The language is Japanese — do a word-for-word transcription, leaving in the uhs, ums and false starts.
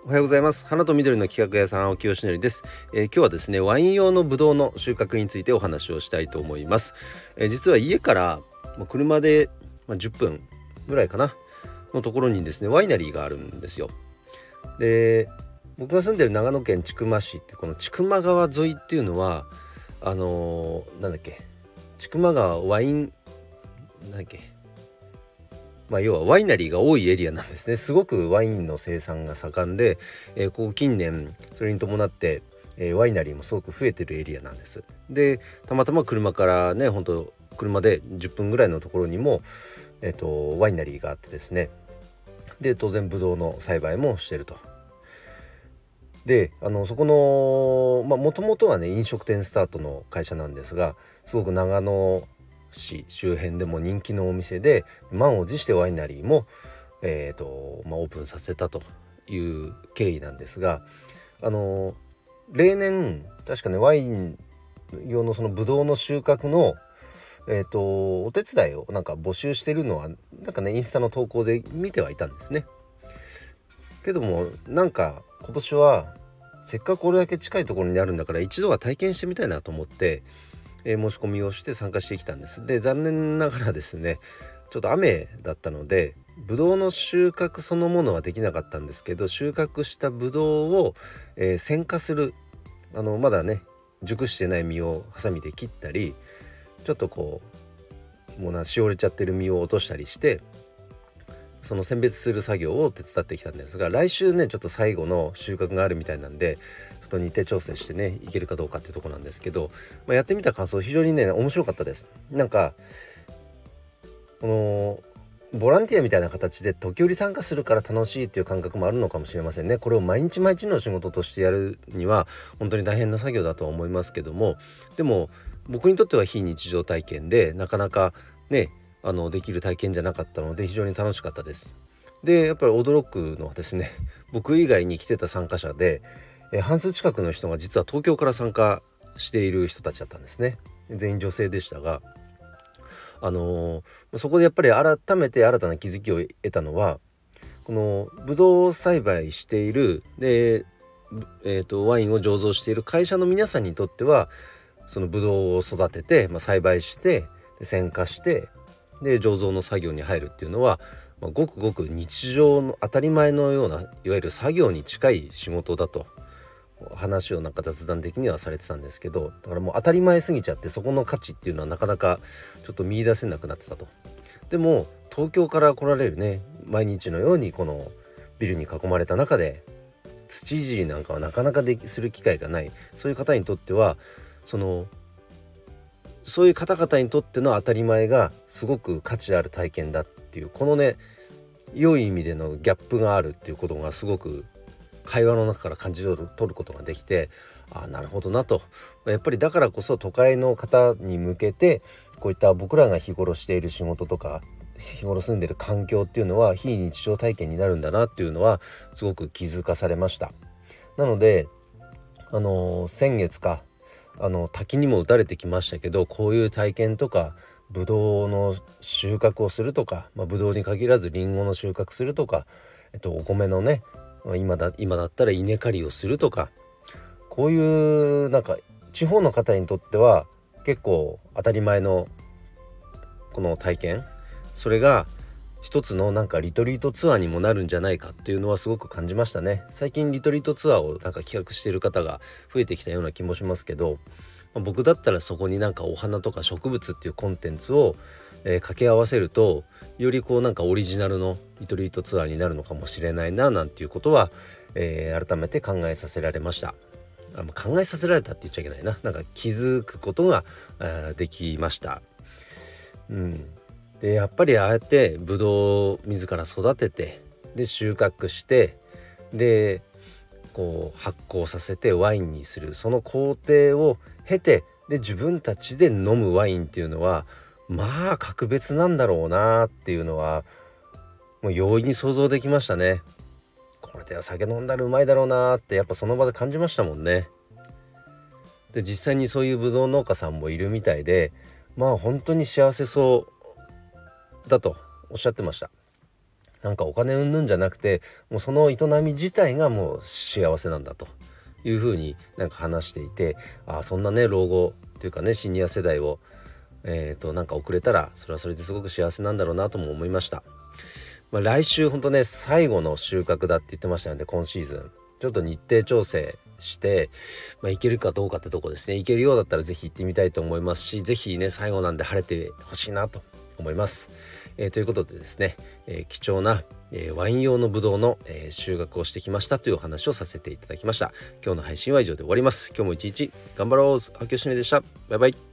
おはようございます。花と緑の企画屋さん青木よしのりです、えー、今日はですねワイン用のブドウの収穫についてお話をしたいと思います。えー、実は家から車でじゅっぷんぐらいかなのところにですねワイナリーがあるんですよ。で僕が住んでる長野県千曲市ってこの千曲川沿いっていうのはあのー、なんだっけ千曲川ワインなんだっけまあ、要はワイナリーが多いエリアなんですね。すごくワインの生産が盛んで、えー、ここ近年それに伴って、えー、ワイナリーもすごく増えてるエリアなんです。でたまたま車からね本当車でじゅっぷんぐらいのところにも、えーと、ワイナリーがあってですね、で当然ブドウの栽培もしてると。であのそこのもともとはね飲食店スタートの会社なんですが、すごく長野市周辺でも人気のお店で満を持してワイナリーも、えーとまあ、オープンさせたという経緯なんですが、あの例年確かねワイン用のそのブドウの収穫の、えーとお手伝いをなんか募集してるのはなんかねインスタの投稿で見てはいたんですね。けどもなんか今年はせっかくこれだけ近いところにあるんだから一度は体験してみたいなと思ってえー、申し込みをして参加してきたんです。で残念ながらですねちょっと雨だったのでブドウの収穫そのものはできなかったんですけど、収穫したブドウを、えー、選果するあのまだね熟してない実をハサミで切ったり、ちょっとこうもうなしおれちゃってる実を落としたりしてその選別する作業を手伝ってきたんですが、来週ねちょっと最後の収穫があるみたいなんでちょっと日程調整してねいけるかどうかっていうところなんですけど、まあ、やってみた感想非常にね面白かったです。なんかこのボランティアみたいな形で時折参加するから楽しいっていう感覚もあるのかもしれませんね。これを毎日毎日の仕事としてやるには本当に大変な作業だとは思いますけども、でも僕にとっては非日常体験でなかなかねあのできる体験じゃなかったので非常に楽しかったです。でやっぱり驚くのはですね僕以外に来てた参加者でえ半数近くの人が実は東京から参加している人たちだったんですね。全員女性でしたが、あのー、そこでやっぱり改めて新たな気づきを得たのは、このブドウ栽培しているで、えーと、ワインを醸造している会社の皆さんにとってはそのブドウを育てて、まあ、栽培してで選果してで醸造の作業に入るっていうのは、まあ、ごくごく日常の当たり前のようないわゆる作業に近い仕事だと話をなんか雑談的にはされてたんですけど、だからもう当たり前すぎちゃってそこの価値っていうのはなかなかちょっと見出せなくなってたと。でも東京から来られるね毎日のようにこのビルに囲まれた中で土いじりなんかはなかなかできする機会がない、そういう方にとってはそのそういう方々にとっての当たり前がすごく価値ある体験だっていう、このね良い意味でのギャップがあるっていうことがすごく会話の中から感じ取る、取ることができて、ああなるほどなと。やっぱりだからこそ都会の方に向けてこういった僕らが日頃している仕事とか日頃住んでいる環境っていうのは非日常体験になるんだなっていうのはすごく気づかされました。なのであのー、先月かあの滝にも打たれてきましたけど、こういう体験とかブドウの収穫をするとか、まあ、ブドウに限らずリンゴの収穫するとか、えっと、お米のね今だ、今だったら稲刈りをするとか、こういうなんか地方の方にとっては結構当たり前のこの体験、それが一つのなんかリトリートツアーにもなるんじゃないかっていうのはすごく感じましたね。最近リトリートツアーをなんか企画している方が増えてきたような気もしますけど、まあ、僕だったらそこになんかお花とか植物っていうコンテンツを、えー、掛け合わせるとよりこうなんかオリジナルのリトリートツアーになるのかもしれないななんていうことは、えー、改めて考えさせられました。あ考えさせられたって言っちゃいけないな、なんか気づくことができました。うん、でやっぱりああやってブドウを自ら育ててで収穫してでこう発酵させてワインにする、その工程を経てで自分たちで飲むワインっていうのはまあ格別なんだろうなっていうのはもう容易に想像できましたね。これで酒飲んだらうまいだろうなってやっぱその場で感じましたもんね。で実際にそういうブドウ農家さんもいるみたいで、まあ本当に幸せそうだとおっしゃってました。 なんかお金云々じゃなくて、もうその営み自体がもう幸せなんだというふうになんか話していて、あそんなね老後というかねシニア世代をえーとなんか遅れたらそれはそれですごく幸せなんだろうなとも思いました。まあ、来週本当ね最後の収穫だって言ってましたので、今シーズンちょっと日程調整して、まあ、行けるかどうかってとこですね。行けるようだったらぜひ行ってみたいと思いますし、ぜひね最後なんで晴れてほしいなと思います。えー、ということでですね、えー、貴重な、えー、ワイン用のブドウの、えー、収穫をしてきましたというお話をさせていただきました。今日の配信は以上で終わります。今日も一日頑張ろう。青木よしのりでした。バイバイ。